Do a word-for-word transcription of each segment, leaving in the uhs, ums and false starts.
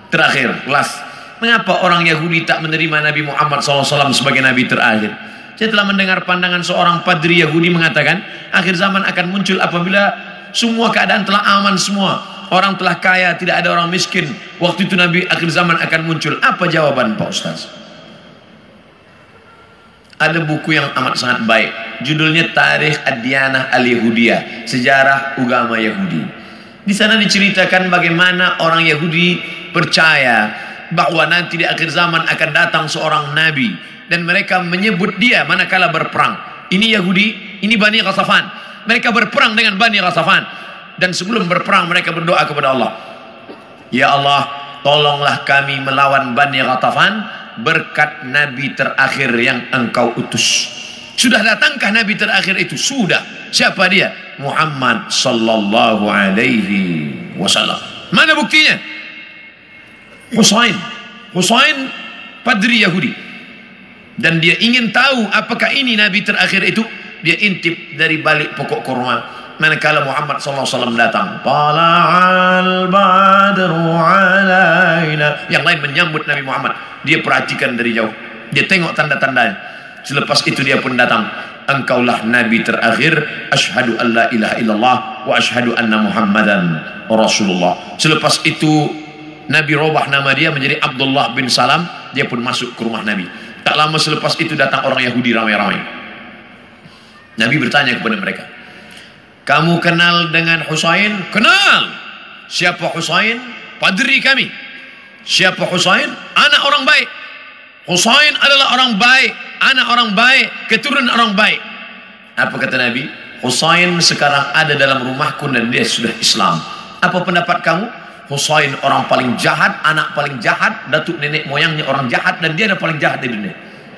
terakhir, last. Mengapa orang Yahudi tak menerima Nabi Muhammad shallallahu alaihi wasallam sebagai Nabi terakhir? Saya telah mendengar pandangan seorang padri Yahudi mengatakan, akhir zaman akan muncul apabila semua keadaan telah aman semua. Orang telah kaya, tidak ada orang miskin. Waktu itu Nabi akhir zaman akan muncul. Apa jawaban Pak Ustaz? Ada buku yang amat sangat baik. Judulnya Tarikh Ad-Diyanah Al-Yahudiyah, sejarah agama Yahudi. Di sana diceritakan bagaimana orang Yahudi percaya bahwa nanti di akhir zaman akan datang seorang nabi dan mereka menyebut dia manakala berperang. Ini Yahudi, ini Bani Ghatafan. Mereka berperang dengan Bani Ghatafan dan sebelum berperang mereka berdoa kepada Allah, ya Allah, tolonglah kami melawan Bani Ghatafan berkat nabi terakhir yang engkau utus. Sudah datangkah nabi terakhir itu? Sudah. Siapa dia? Muhammad sallallahu alaihi wasallam. Mana buktinya? Husain, Husain padri Yahudi, dan dia ingin tahu apakah ini nabi terakhir itu. Dia intip dari balik pokok kurma manakala Muhammad sallallahu alaihi wasallam datang. Tala'al badru alaina. Yang lain menyambut Nabi Muhammad, dia perhatikan dari jauh, dia tengok tanda-tandanya. Selepas itu dia pun datang. Engkaulah nabi terakhir. Asyhadu an la ilaha illallah wa asyhadu anna Muhammadan Rasulullah. Selepas itu Nabi robah nama dia menjadi Abdullah bin Salam. Dia pun masuk ke rumah Nabi. Tak lama selepas itu datang orang Yahudi ramai-ramai. Nabi bertanya kepada mereka, kamu kenal dengan Husain? Kenal. Siapa Husain? Padri kami. Siapa Husain? Anak orang baik. Husain adalah orang baik, anak orang baik, keturunan orang baik. Apa kata Nabi? Husain sekarang ada dalam rumahku dan dia sudah Islam. Apa pendapat kamu? Husain orang paling jahat, anak paling jahat, datuk nenek moyangnya orang jahat, dan dia adalah paling jahat di dunia.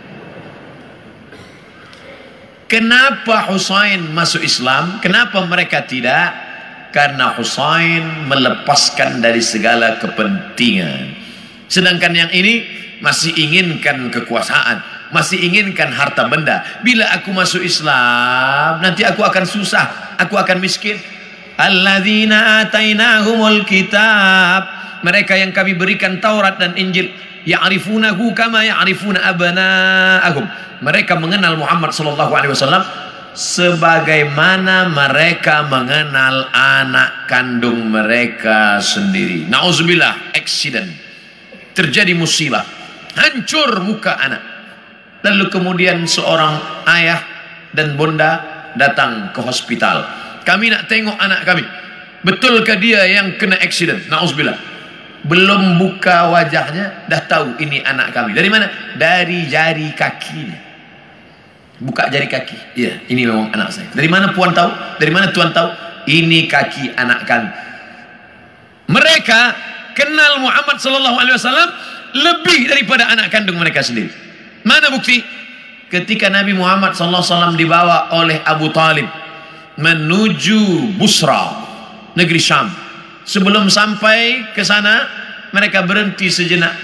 Kenapa Husain masuk Islam? Kenapa mereka tidak? Karena Husain melepaskan dari segala kepentingan. Sedangkan yang ini masih inginkan kekuasaan, masih inginkan harta benda. Bila aku masuk Islam, nanti aku akan susah, aku akan miskin. Alladzina atainahumul kitab, mereka yang kami berikan Taurat dan Injil, ya'rifunahu kama ya'rifuna abna'ahum. Mereka mengenal Muhammad sallallahu alaihi wasallam sebagaimana mereka mengenal anak kandung mereka sendiri. Nauzubillah, accident, terjadi musibah, hancur muka anak. Lalu kemudian seorang ayah dan bunda datang ke hospital. Kami nak tengok anak kami. Betulkah dia yang kena accident? Nauzubillah. Belum buka wajahnya dah tahu ini anak kami. Dari mana? Dari jari kakinya. Buka jari kaki. Iya, ini memang anak saya. Dari mana puan tahu? Dari mana tuan tahu? Ini kaki anak kami. Mereka kenal Muhammad sallallahu alaihi wasallam lebih daripada anak kandung mereka sendiri. Mana bukti? Ketika Nabi Muhammad sallallahu alaihi wasallam dibawa oleh Abu Talib menuju Busra, negeri Syam. Sebelum sampai ke sana, mereka berhenti sejenak.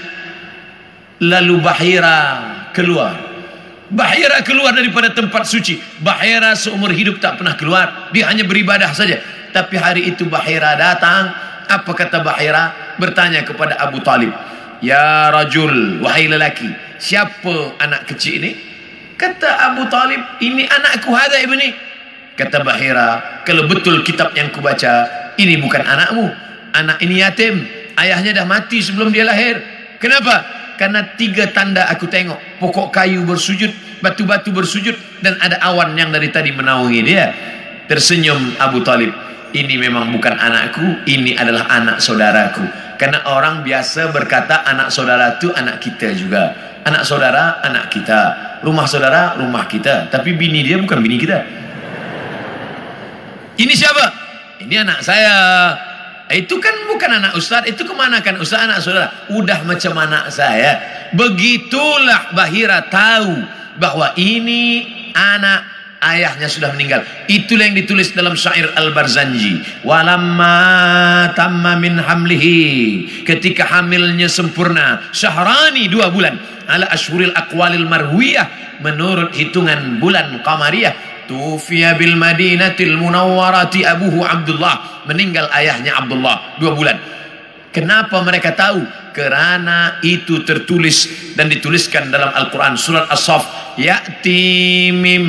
Lalu Bahira keluar. Bahira keluar daripada tempat suci. Bahira seumur hidup tak pernah keluar. Dia hanya beribadah saja. Tapi hari itu Bahira datang. Apa kata Bahira? Bertanya kepada Abu Talib, ya rajul, wahai lelaki, siapa anak kecil ini? Kata Abu Talib, ini anakku, hada ibni. Kata Bahira, kalau betul kitab yang kubaca, ini bukan anakmu. Anak ini yatim, ayahnya dah mati sebelum dia lahir. Kenapa? Karena tiga tanda aku tengok. Pokok kayu bersujud, batu-batu bersujud, dan ada awan yang dari tadi menaungi dia. Tersenyum Abu Talib, ini memang bukan anakku, ini adalah anak saudaraku. Karena orang biasa berkata anak saudara itu anak kita juga. Anak saudara, anak kita. Rumah saudara, rumah kita. Tapi bini dia bukan bini kita. Ini siapa? Ini anak saya. Itu kan bukan anak ustaz. Itu kemana kan ustaz, anak saudara? Udah macam anak saya. Begitulah Bahira tahu bahwa ini anak ayahnya sudah meninggal. Itulah yang ditulis dalam syair Al-Barzanji. Walamma tamma min hamlihi, ketika hamilnya sempurna, syahrani, dua bulan, ala ashhuril aqwalil marwiyah, menurut hitungan bulan qamariyah. Tufiya bil Madinatil Munawwarati abuhu Abdullah, meninggal ayahnya Abdullah, dua bulan. Kenapa mereka tahu? Karena itu tertulis dan dituliskan dalam Al-Quran surat As-Saff, ya'ti mim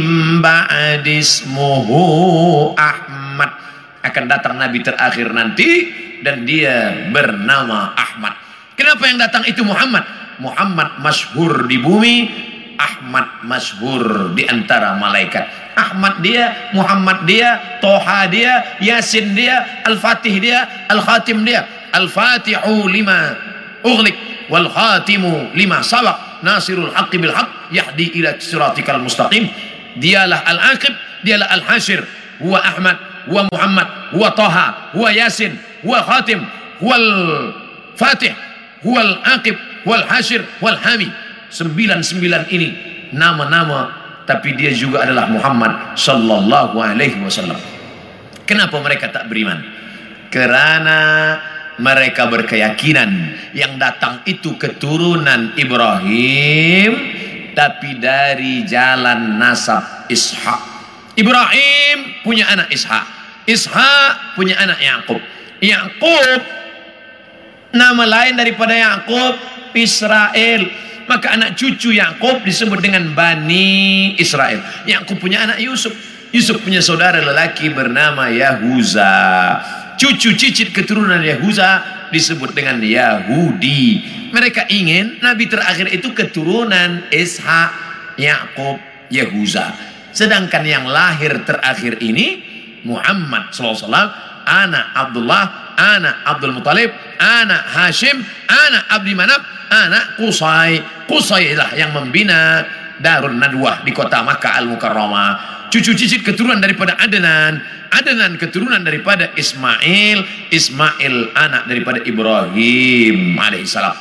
ba'dismuhu Ahmad, akan datang nabi terakhir nanti dan dia bernama Ahmad. Kenapa yang datang itu Muhammad? Muhammad masyhur di bumi, Ahmad masyhur di antara malaikat. Ahmad dia, Muhammad dia, Toha dia, Yasin dia, Al-Fatih dia, Al-Khatim dia. Al-Fatihu lima ughliq wal khatimu lima sabaq, nasirul haqqi bil haqq, yahdi ila siratikal mustaqim. Dialah Al-Aqib, dialah Al-Hashir, huwa Ahmad, huwa Muhammad, huwa Toha, huwa Yasin, huwa Khatim, huwa Al-Fatih, huwa Al-Aqib, huwa Al-Hashir, huwa Al-Hami. Sembilan-sembilan ini nama-nama, tapi dia juga adalah Muhammad sallallahu alaihi wasallam. Kenapa mereka tak beriman? Karena mereka berkeyakinan yang datang itu keturunan Ibrahim, tapi dari jalan nasab Ishak. Ibrahim punya anak Ishak, Ishak punya anak Yakub. Yakub, nama lain daripada Yakub Israel. Maka anak cucu Yakub disebut dengan Bani Israel. Yakub punya anak Yusuf, Yusuf punya saudara lelaki bernama Yahuza. Cucu cicit keturunan Yahuza disebut dengan Yahudi. Mereka ingin nabi terakhir itu keturunan Ishak, Yakub, Yahuza. Sedangkan yang lahir terakhir ini Muhammad sallallahu alaihi wasallam, anak Abdullah, anak Abdul Muttalib, anak Hashim, anak Abdi Manaf, anak Qusay. Qusay lah yang membina Darun Nadwah di kota Makkah Al-Mukarramah. Cucu cicit keturunan daripada Adnan, Adnan keturunan daripada Ismail, Ismail anak daripada Ibrahim alaihissalam.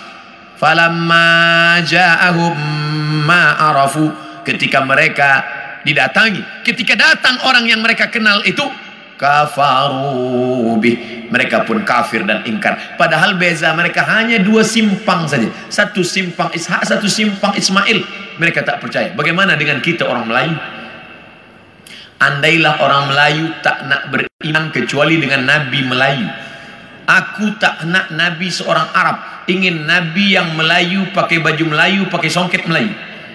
Falamma ja'ahum ma arafu, ketika mereka didatangi, ketika datang orang yang mereka kenal itu, kafaru bih, mereka pun kafir dan ingkar. Padahal beza mereka hanya dua simpang saja, satu simpang Ishak, satu simpang Ismail. Mereka tak percaya. Bagaimana dengan kita orang Melayu? Andailah orang Melayu tak nak beriman kecuali dengan Nabi Melayu. Aku tak nak Nabi seorang Arab, ingin Nabi yang Melayu, pakai baju Melayu, pakai songket Melayu.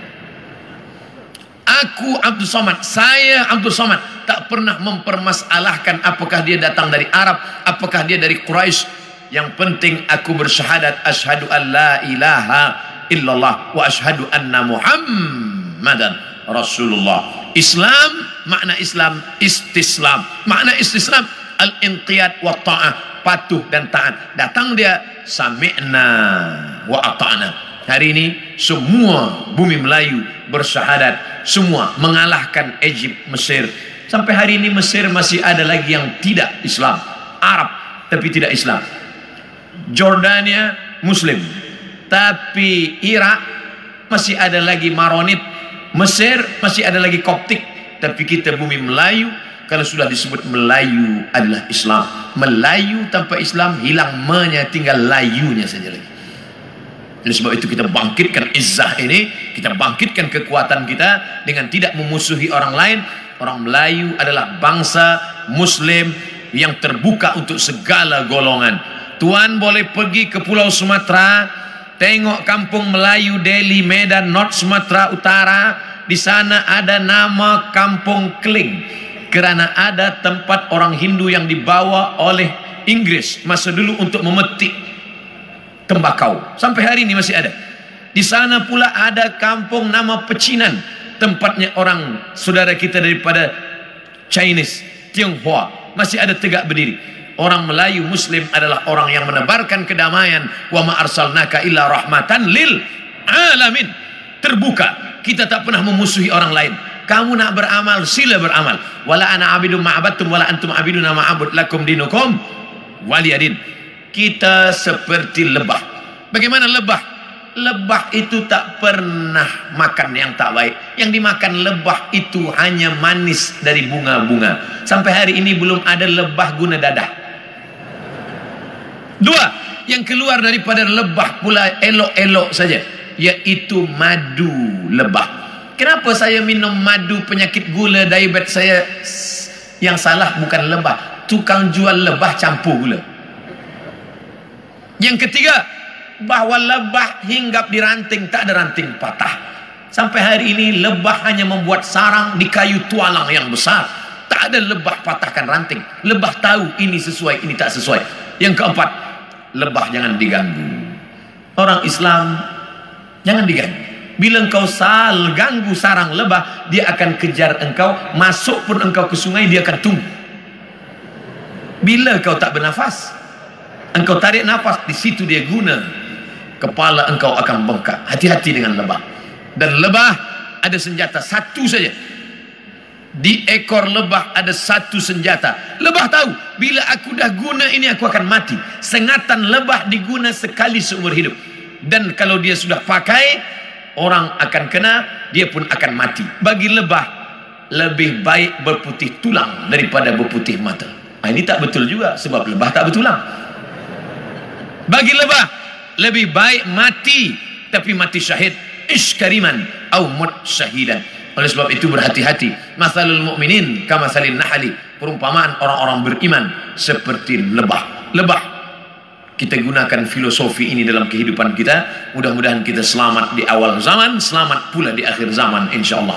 Aku Abdul Somad, saya Abdul Somad, tak pernah mempermasalahkan apakah dia datang dari Arab, apakah dia dari Quraisy. Yang penting aku bersyahadat asyhadu an la ilaha illallah wa asyhadu anna Muhammadan Rasulullah. Islam, makna Islam istislam, makna istislam al-inqiyad wa ta'ah, patuh dan taat. Datang dia sami'na wa ata'na. Hari ini semua bumi Melayu bersyahadat, semua mengalahkan Egypt, Mesir. Sampai hari ini Mesir masih ada lagi yang tidak Islam, Arab tapi tidak Islam. Jordania Muslim, tapi Irak masih ada lagi Maronit. Mesir masih ada lagi Koptik. Tapi kita bumi Melayu, kalau sudah disebut Melayu adalah Islam. Melayu tanpa Islam hilang me-nya, tinggal layunya saja lagi. Oleh sebab itu kita bangkitkan izzah ini, kita bangkitkan kekuatan kita dengan tidak memusuhi orang lain. Orang Melayu adalah bangsa Muslim yang terbuka untuk segala golongan. Tuan boleh pergi ke Pulau Sumatera, tengok kampung Melayu Delhi, Medan, North Sumatera Utara. Di sana ada nama Kampung Keling, karena ada tempat orang Hindu yang dibawa oleh Inggris masa dulu untuk memetik tembakau. Sampai hari ini masih ada. Di sana pula ada kampung nama Pecinan, tempatnya orang saudara kita daripada Chinese, Tionghoa, masih ada tegak berdiri. Orang Melayu Muslim adalah orang yang menebarkan kedamaian. Wa ma arsalnaka illa rahmatan lil alamin. Terbuka, kita tak pernah memusuhi orang lain. Kamu nak beramal, sila beramal. Wala ana abidum ma'abattum wala antum abiduna ma'abud lakum dinukum waliyadin. Kita seperti lebah. Bagaimana lebah? Lebah itu tak pernah makan yang tak baik. Yang dimakan lebah itu hanya manis dari bunga-bunga. Sampai hari ini belum ada lebah guna dadah. Dua, yang keluar daripada lebah pula elok-elok saja, yaitu madu lebah. Kenapa saya minum madu penyakit gula, diabetes saya? Yang salah bukan lebah, tukang jual lebah campur gula. Yang ketiga, bahwa lebah hinggap di ranting, tak ada ranting patah. Sampai hari ini lebah hanya membuat sarang di kayu tualang yang besar. Tak ada lebah patahkan ranting. Lebah tahu ini sesuai, ini tak sesuai. Yang keempat, lebah jangan diganggu. Orang Islam jangan diganggu. Bila engkau sal ganggu sarang lebah, dia akan kejar engkau. Masuk pun engkau ke sungai, dia akan tunggu. Bila kau tak bernafas, engkau tarik nafas, di situ dia guna. Kepala engkau akan bengkak. Hati-hati dengan lebah. Dan lebah ada senjata satu saja. Di ekor lebah ada satu senjata. Lebah tahu, bila aku dah guna ini aku akan mati. Sengatan lebah diguna sekali seumur hidup. Dan kalau dia sudah pakai, orang akan kena, dia pun akan mati. Bagi lebah, lebih baik berputih tulang daripada berputih mata. Nah, ini tak betul juga, sebab lebah tak bertulang. Bagi lebah, lebih baik mati, tapi mati syahid, iskariman au mut syahidan. Oleh sebab itu berhati-hati. Mathalul mu'minin kamathalin nahli. Perumpamaan orang-orang beriman seperti lebah. Lebah. Kita gunakan filosofi ini dalam kehidupan kita. Mudah-mudahan kita selamat di awal zaman, selamat pula di akhir zaman, insya Allah.